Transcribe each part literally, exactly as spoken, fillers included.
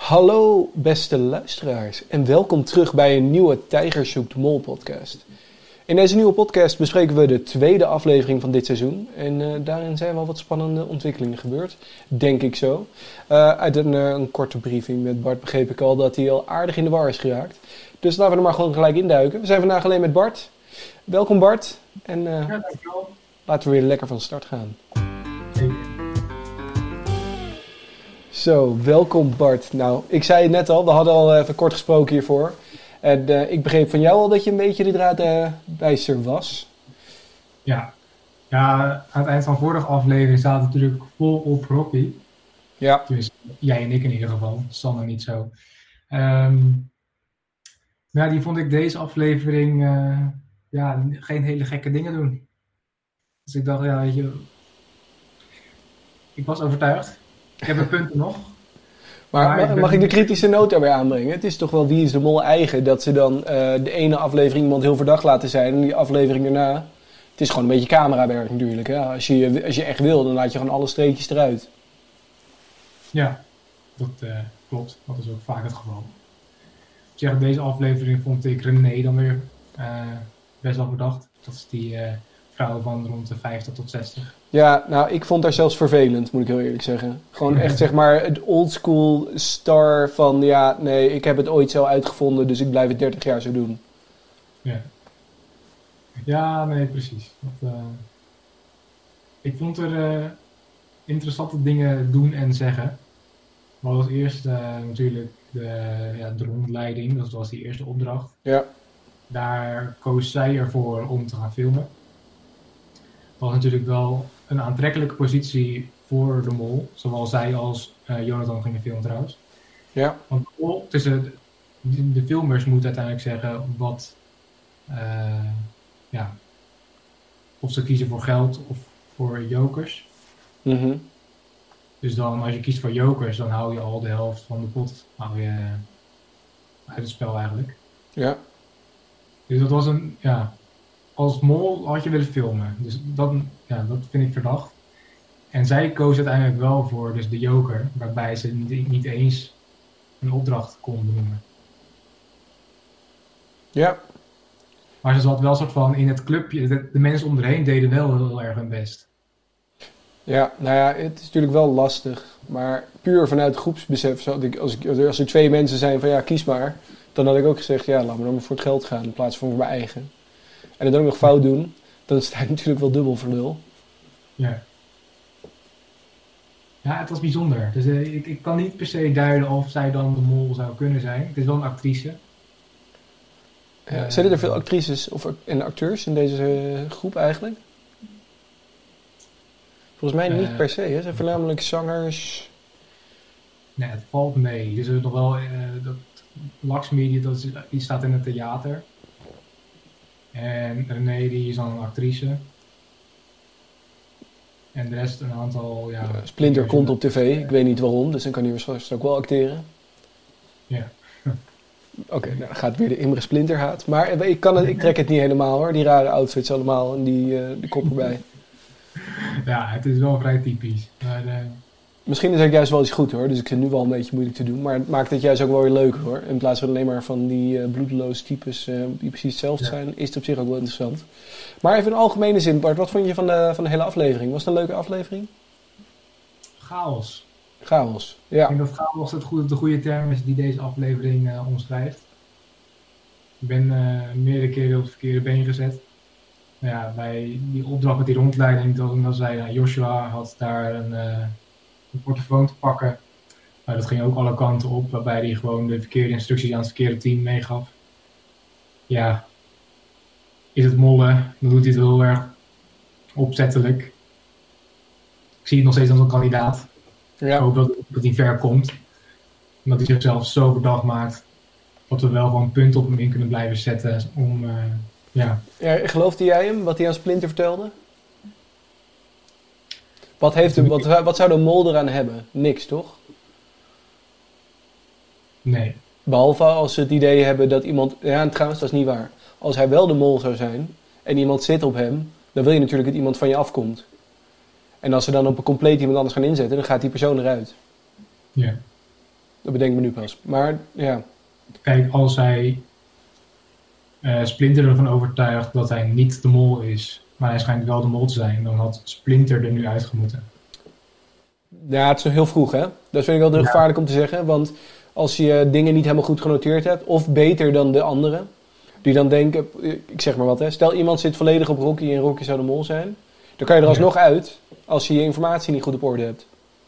Hallo beste luisteraars en welkom terug bij een nieuwe Tijger zoekt de Mol podcast. In deze nieuwe podcast bespreken we de tweede aflevering van dit seizoen en uh, daarin zijn wel wat spannende ontwikkelingen gebeurd, denk ik zo. Uh, uit een, uh, een korte briefing met Bart begreep ik al dat hij al aardig in de war is geraakt. Dus laten we er maar gewoon gelijk induiken. We zijn vandaag alleen met Bart. Welkom Bart en uh, ja, dankjewel. Laten we weer lekker van start gaan. Zo, welkom Bart. Nou, ik zei het net al, we hadden al even kort gesproken hiervoor. En uh, ik begreep van jou al dat je een beetje de draadbijster uh, was. Ja. ja, aan het eind van de vorige aflevering zaten we natuurlijk vol op Rocky. Ja. Dus jij en ik in ieder geval, Sander niet zo. Um, ja, die vond ik deze aflevering uh, ja, geen hele gekke dingen doen. Dus ik dacht, ja, weet je, ik was overtuigd. Ik heb een punt nog. Maar, maar mag, mag ik de kritische noot daarbij aanbrengen? Het is toch wel Wie is de Mol eigen dat ze dan uh, de ene aflevering iemand heel verdacht laten zijn en die aflevering daarna. Het is gewoon een beetje camerawerk natuurlijk. Hè? Als, je, als je echt wil, dan laat je gewoon alle streepjes eruit. Ja, dat uh, klopt. Dat is ook vaak het geval. Ik zeg, deze aflevering vond ik René dan weer uh, best wel verdacht. Dat is die uh, vrouw van rond de vijftig tot zestig. Ja, nou, ik vond haar zelfs vervelend, moet ik heel eerlijk zeggen. Gewoon echt, zeg maar, het oldschool star van, ja, nee, ik heb het ooit zo uitgevonden, dus ik blijf het dertig jaar zo doen. Ja, ja nee, precies. Dat, uh, ik vond er uh, interessante dingen doen en zeggen. We hadden als eerste uh, natuurlijk de, ja, de rondleiding, dat was die eerste opdracht. Ja. Daar koos zij ervoor om te gaan filmen. Dat was natuurlijk wel een aantrekkelijke positie voor de mol. Zowel zij als uh, Jonathan gingen filmen trouwens. Ja. Want de mol tussen de, de filmers moet uiteindelijk zeggen wat, uh, ja, of ze kiezen voor geld of voor jokers. Mm-hmm. Dus dan als je kiest voor jokers, dan hou je al de helft van de pot hou je uit het spel eigenlijk. Ja. Dus dat was een, ja, als mol had je willen filmen. Dus dat, ja, dat vind ik verdacht. En zij koos uiteindelijk wel voor dus de joker, waarbij ze niet, niet eens een opdracht kon benoemen. Ja. Maar ze zat wel soort van in het clubje, de, de mensen om haar heen deden wel heel erg hun best. Ja, nou ja, het is natuurlijk wel lastig. Maar puur vanuit groepsbesef, als ik, als, ik, als er twee mensen zijn van ja, kies maar. Dan had ik ook gezegd, ja, laat me dan maar voor het geld gaan in plaats van voor mijn eigen. En dan ook nog fout doen, dan sta ik natuurlijk wel dubbel voor lul. Ja. Ja, het was bijzonder. Dus uh, ik, ik kan niet per se duiden of zij dan de mol zou kunnen zijn. Het is wel een actrice. Ja, uh, zijn er veel actrices of, en acteurs in deze uh, groep eigenlijk? Volgens mij niet uh, per se, hè? Het zijn voornamelijk zangers. Nee, het valt mee. Dus er is nog wel, uh, dat Lakshmi, dat is, die staat in het theater. En René, die is dan een actrice. En de rest een aantal, ja... ja Splinter komt op tv, ik weet niet waarom, dus dan kan hij waarschijnlijk ook wel acteren. Ja. Oké, okay, nou gaat weer de Imre Splinter haat. Maar ik, kan het, ik trek het niet helemaal hoor, die rare outfits allemaal en die, uh, die kop erbij. Ja, het is wel vrij typisch. Maar, uh... Misschien is het juist wel iets goed hoor, dus ik vind het nu wel een beetje moeilijk te doen. Maar het maakt het juist ook wel weer leuker hoor. In plaats van alleen maar van die uh, bloedeloze types uh, die precies hetzelfde ja. zijn, is het op zich ook wel interessant. Maar even in algemene zin, Bart, wat vond je van de, van de hele aflevering? Was het een leuke aflevering? Chaos. Chaos, ja. Ik denk dat chaos het goede, de goede term is die deze aflevering uh, omschrijft. Ik ben uh, meerdere keren op het verkeerde been gezet. Nou ja, bij die opdracht met die rondleiding, dat, dat zei uh, Joshua had daar een... Uh, een portofoon te pakken. Maar dat ging ook alle kanten op, waarbij hij gewoon de verkeerde instructies aan het verkeerde team meegaf. Ja, is het mollen, dan doet hij het heel erg opzettelijk. Ik zie het nog steeds als een kandidaat. Ja. Ik hoop dat, dat hij ver komt. En dat hij zichzelf zo verdacht maakt, dat we wel gewoon punten op hem in kunnen blijven zetten. Om, uh, ja. Ja, geloofde jij hem, wat hij aan Splinter vertelde? Wat, heeft de, wat, wat zou de mol eraan hebben? Niks, toch? Nee. Behalve als ze het idee hebben dat iemand... Ja, trouwens, dat is niet waar. Als hij wel de mol zou zijn en iemand zit op hem, dan wil je natuurlijk dat iemand van je afkomt. En als ze dan op een compleet iemand anders gaan inzetten, dan gaat die persoon eruit. Ja. Dat bedenk ik me nu pas. Maar ja. Kijk, als hij uh, Splinter ervan overtuigt dat hij niet de mol is, maar hij schijnt wel de mol te zijn, dan had Splinter er nu uitgemoeten. Ja, het is nog heel vroeg, hè? Dat vind ik wel heel Ja. gevaarlijk om te zeggen. Want als je dingen niet helemaal goed genoteerd hebt, of beter dan de anderen, die dan denken, ik zeg maar wat, hè? Stel iemand zit volledig op Rocky en Rocky zou de mol zijn, dan kan je er alsnog uit als je je informatie niet goed op orde hebt.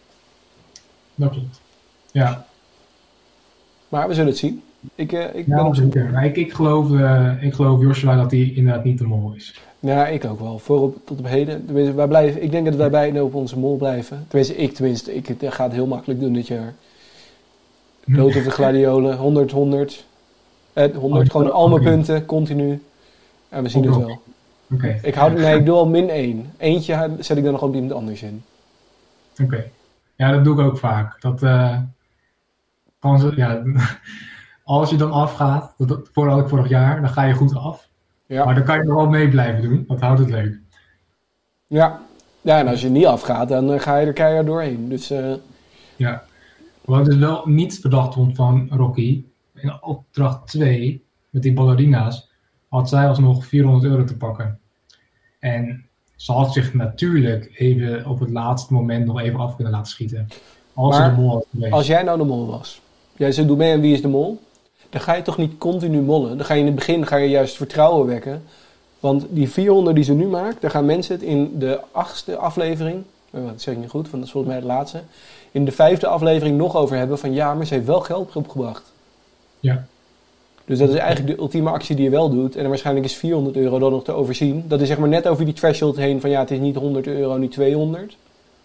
Dat klopt. Ja. Maar we zullen het zien. Ik, uh, ik ben Ja, op zoek. zeker. Ik, ik geloof, uh, ik geloof Joshua dat hij inderdaad niet de mol is. Ja, ik ook wel. Voor op, tot op heden. Tenminste, wij blijven, ik denk dat wij beiden op onze mol blijven. Tenminste, ik tenminste. Ik het ga het heel makkelijk doen dit jaar. Dood op de gladiolen. honderd, honderd. Eh, honderd, Oh, gewoon al mijn oké. punten, continu. En we zien het wel. Oké. Okay. Ik hou, nee, ik doe al min één. Eentje zet ik dan nog op iemand anders in. Oké. Okay. Ja, dat doe ik ook vaak. Dat, uh, kan ze, ja, als je dan afgaat, dat, dat had ik vorig jaar, dan ga je goed af. Ja. Maar dan kan je nog wel mee blijven doen. Dat houdt het leuk. Ja. Ja, en als je niet afgaat, dan uh, ga je er keihard doorheen. Dus, uh... ja. Wat ik dus wel niet verdacht vond van Rocky, in opdracht twee, met die ballerina's, had zij alsnog vierhonderd euro te pakken. En ze had zich natuurlijk even op het laatste moment nog even af kunnen laten schieten. Als maar ze de mol had geweest. Als jij nou de mol was, jij zegt doe mee aan Wie is de Mol, dan ga je toch niet continu mollen. Dan ga je in het begin ga je juist vertrouwen wekken. Want die vierhonderd die ze nu maakt, daar gaan mensen het in de achtste aflevering, dat zeg ik niet goed, want dat is volgens mij het laatste, in de vijfde aflevering nog over hebben van ja, maar ze heeft wel geld opgebracht. Ja. Dus dat is eigenlijk de ultieme actie die je wel doet. En waarschijnlijk is vierhonderd euro dan nog te overzien. Dat is zeg maar net over die threshold heen van ja, het is niet honderd euro, niet tweehonderd.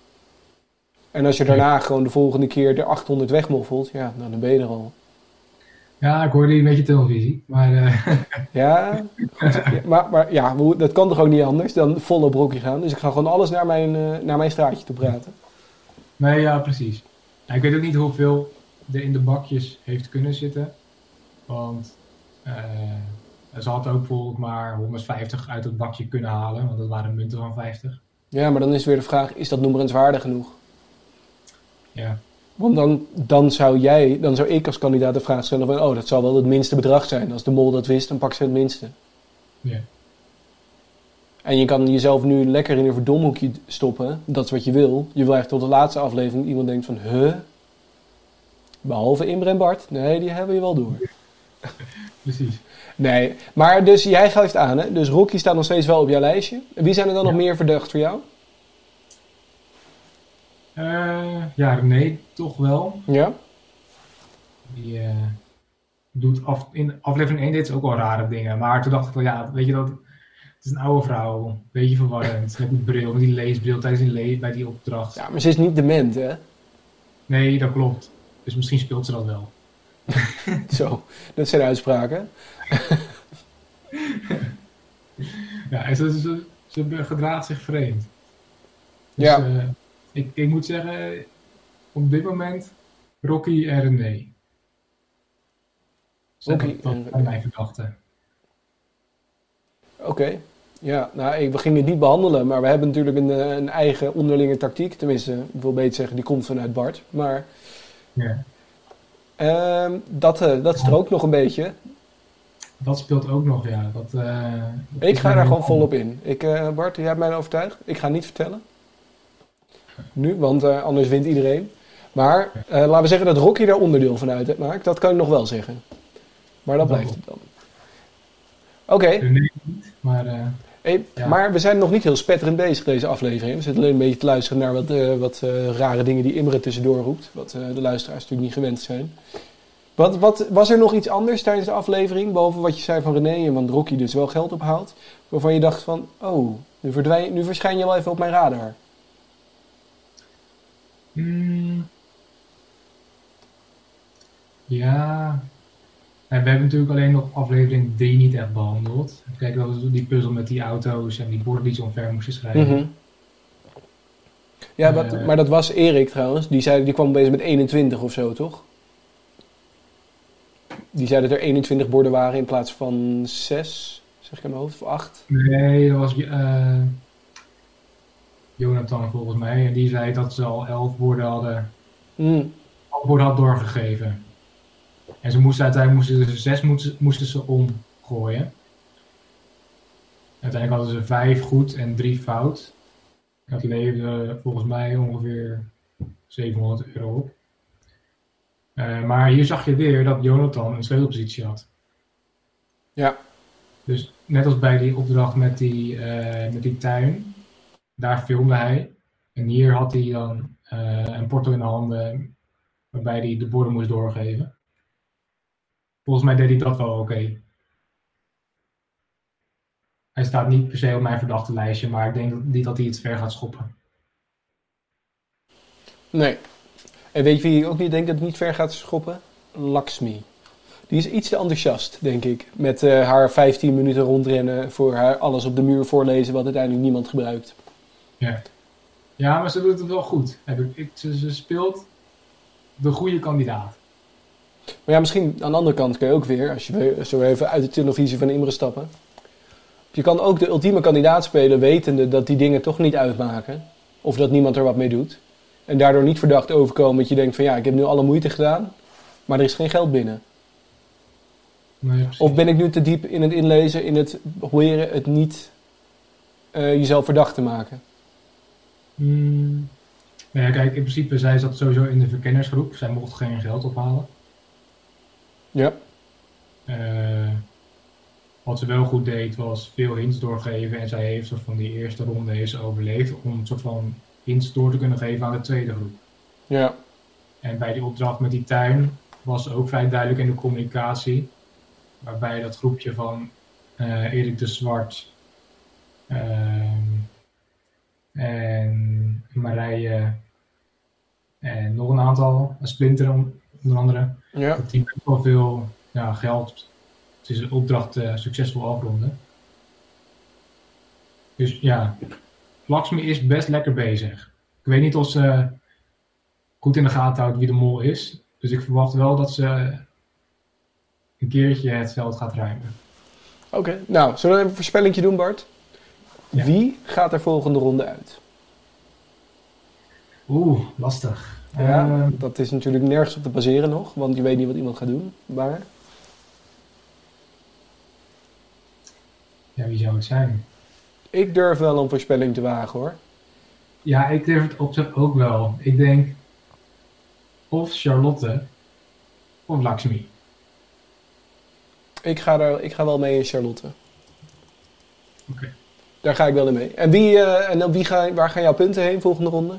En als je daarna gewoon de volgende keer de achthonderd wegmoffelt, ja, nou, dan ben je er al. Ja, ik hoorde een beetje televisie, maar... Uh... ja, goed, ja, maar, maar ja, dat kan toch ook niet anders dan vol op Rocky gaan. Dus ik ga gewoon alles naar mijn, uh, naar mijn straatje toe praten. Nee, ja, precies. Ja, ik weet ook niet hoeveel er in de bakjes heeft kunnen zitten. Want uh, ze had ook bijvoorbeeld maar honderdvijftig uit het bakje kunnen halen, want dat waren munten van vijftig. Ja, maar dan is weer de vraag, is dat noemenswaardig genoeg? Ja. Want dan, dan zou jij, dan zou ik als kandidaat de vraag stellen van, oh, dat zal wel het minste bedrag zijn. Als de mol dat wist, dan pak ze het minste. Ja. En je kan jezelf nu lekker in een verdomhoekje stoppen. Dat is wat je wil. Je blijft tot de laatste aflevering. Iemand denkt van, huh? Behalve Imre en Bart. Nee, die hebben je wel door. Precies. Nee, maar dus jij geeft aan, hè? Dus Rocky staat nog steeds wel op jouw lijstje. Wie zijn er dan ja. nog meer verdacht voor jou? Uh, ja, nee, toch wel. Ja? Die uh, doet af, in aflevering één deed ze ook wel rare dingen. Maar toen dacht ik van, ja, weet je dat... Het is een oude vrouw, een beetje verwarrend. Met die bril, met die leesbril tijdens die le- bij die opdracht. Ja, maar ze is niet dement, hè? Nee, dat klopt. Dus misschien speelt ze dat wel. Zo, dat zijn uitspraken. Ja, en ze, ze, ze gedraagt zich vreemd. Dus, ja. Uh, ik, ik moet zeggen, op dit moment Rocky en René. Rocky dat dat zijn mijn gedachten. Oké. Okay. Ja, nou, we gingen het niet behandelen, maar we hebben natuurlijk een, een eigen onderlinge tactiek. Tenminste, ik wil beter zeggen, die komt vanuit Bart. Maar ja. uh, dat, uh, dat is er ook nog een beetje. Dat speelt ook nog, ja. Dat, uh, dat ik ga daar gewoon volop in. Ik, uh, Bart, jij hebt mij overtuigd. Ik ga niet vertellen. Nu, want uh, anders wint iedereen. Maar uh, laten we zeggen dat Rocky daar onderdeel van uitmaakt. Dat kan ik nog wel zeggen. Maar dat, dat blijft het dan. Oké. Okay. Nee, niet, maar... Uh, hey, ja. Maar we zijn nog niet heel spetterend bezig deze aflevering. We zitten alleen een beetje te luisteren naar wat, uh, wat uh, rare dingen die Imre tussendoor roept. Wat uh, de luisteraars natuurlijk niet gewend zijn. Wat, wat, was er nog iets anders tijdens de aflevering? Behalve wat je zei van René en want Rocky dus wel geld ophaalt. Waarvan je dacht van, oh, nu, verdwijn, nu verschijn je wel even op mijn radar. Hmm. Ja... We hebben natuurlijk alleen nog aflevering drie niet echt behandeld. Kijk, dat was die puzzel met die auto's en die borden die ze omver moesten schrijven. Mm-hmm. Ja, uh, wat, maar dat was Erik trouwens. Die, zei, die kwam bezig met eenentwintig of zo, toch? Die zei dat er eenentwintig borden waren in plaats van zes, zeg ik in mijn hoofd, of acht. Nee, dat was uh, Jonathan volgens mij. En die zei dat ze al elf borden hadden. Mm. antwoorden had doorgegeven. En ze moesten uiteindelijk moesten ze zes moesten, moesten ze omgooien. Uiteindelijk hadden ze vijf goed en drie fout. Dat leverde volgens mij ongeveer zevenhonderd euro op. Uh, maar hier zag je weer dat Jonathan een sleutelpositie had. Ja. Dus net als bij die opdracht met die, uh, met die tuin, daar filmde hij. En hier had hij dan uh, een porto in de handen waarbij hij de borden moest doorgeven. Volgens mij deed hij dat wel oké. Okay. Hij staat niet per se op mijn verdachte lijstje, maar ik denk niet dat hij het ver gaat schoppen. Nee. En weet je wie ook niet denkt dat het niet ver gaat schoppen? Lakshmi. Die is iets te enthousiast, denk ik. Met uh, haar vijftien minuten rondrennen voor haar alles op de muur voorlezen wat uiteindelijk niemand gebruikt. Ja, ja, maar ze doet het wel goed. Ze, ze speelt de goede kandidaat. Maar ja, misschien aan de andere kant kun je ook weer, als je zo even uit de televisie van Imre stappen. Je kan ook de ultieme kandidaat spelen wetende dat die dingen toch niet uitmaken. Of dat niemand er wat mee doet. En daardoor niet verdacht overkomen dat je denkt van ja, ik heb nu alle moeite gedaan, maar er is geen geld binnen. Nee, of ben ik nu te diep in het inlezen, in het proberen het niet uh, jezelf verdacht te maken? Hmm. Nou ja, kijk, in principe zij zat sowieso in de verkennersgroep. Zij mocht geen geld ophalen. Ja. Uh, wat ze wel goed deed was veel hints doorgeven. En zij heeft soort van die eerste ronde heeft ze overleefd om een soort van hints door te kunnen geven aan de tweede groep. Ja. En bij die opdracht met die tuin was ze ook vrij duidelijk in de communicatie. Waarbij dat groepje van uh, Erik de Zwart uh, en Marije en nog een aantal, een Splinter onder andere. Ja. Dat die best wel veel ja, geld, het is een opdracht uh, succesvol afronden. Dus ja, Lakshmi is best lekker bezig. Ik weet niet of ze goed in de gaten houdt wie de mol is. Dus ik verwacht wel dat ze een keertje het veld gaat ruimen. Oké, okay. Nou, zullen we even een voorspellingje doen, Bart? Ja. Wie gaat er volgende ronde uit? Oeh, lastig. Ja, uh, dat is natuurlijk nergens op te baseren nog, want je weet niet wat iemand gaat doen. Maar... Ja, wie zou het zijn? Ik durf wel een voorspelling te wagen, hoor. Ja, ik durf het op zich ook wel. Ik denk of Charlotte of Lakshmi. Ik ga, er, ik ga wel mee in Charlotte. Oké. Okay. Daar ga ik wel in mee. En, wie, uh, en dan wie ga, waar gaan jouw punten heen volgende ronde?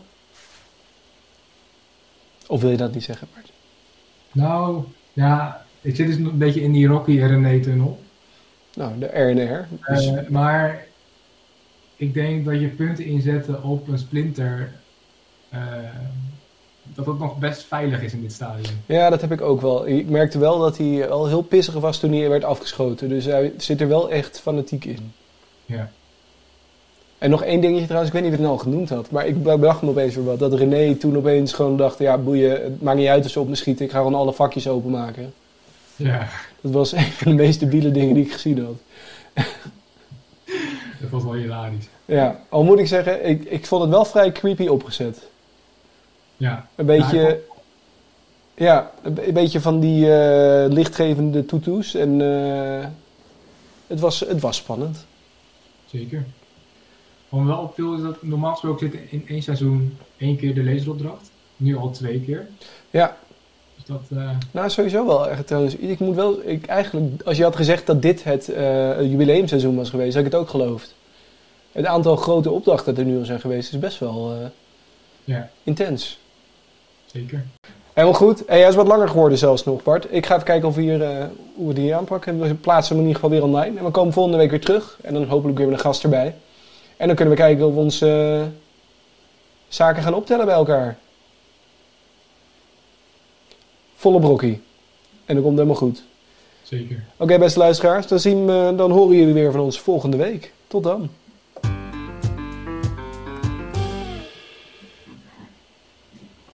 Of wil je dat niet zeggen, Bart? Nou, ja, ik zit dus een beetje in die Rocky R en A-tunnel. Nou, de R en R. Dus... Uh, maar ik denk dat je punten inzetten op een Splinter, uh, dat dat nog best veilig is in dit stadium. Ja, dat heb ik ook wel. Ik merkte wel dat hij al heel pissig was toen hij werd afgeschoten. Dus hij zit er wel echt fanatiek in. Ja. En nog één dingetje trouwens, ik weet niet of ik het nou al genoemd had. Maar ik bedacht me opeens weer wat. Dat René toen opeens gewoon dacht, ja boeien, het maakt niet uit of ze op me schieten. Ik ga gewoon alle vakjes openmaken. Ja. Dat was een van de meest debiele dingen die ik gezien had. Dat was wel hilarisch. Ja, al moet ik zeggen, ik, ik vond het wel vrij creepy opgezet. Ja. Een beetje, ja, vond... ja een, een beetje van die uh, lichtgevende toetoes. En uh, het, was, het was spannend. Zeker. Wat me wel opviel is dat normaal gesproken zit in één seizoen één keer de lezeropdracht. Nu al twee keer. Ja. Dus dat... Uh... Nou, sowieso wel echt trouwens. Ik moet wel, ik eigenlijk, als je had gezegd dat dit het uh, jubileumseizoen was geweest, had ik het ook geloofd. Het aantal grote opdrachten dat er nu al zijn geweest is best wel uh, ja. intens. Zeker. Helemaal goed. Hey, hij is wat langer geworden zelfs nog, Bart. Ik ga even kijken of we hier, uh, hoe we die hier aanpakken. We plaatsen hem in ieder geval weer online. En we komen volgende week weer terug. En dan hopelijk weer met een gast erbij. En dan kunnen we kijken of we onze uh, zaken gaan optellen bij elkaar. Volle brokkie. En dat komt helemaal goed. Zeker. Oké, okay, beste luisteraars. Dan, zien we, dan horen jullie weer van ons volgende week. Tot dan.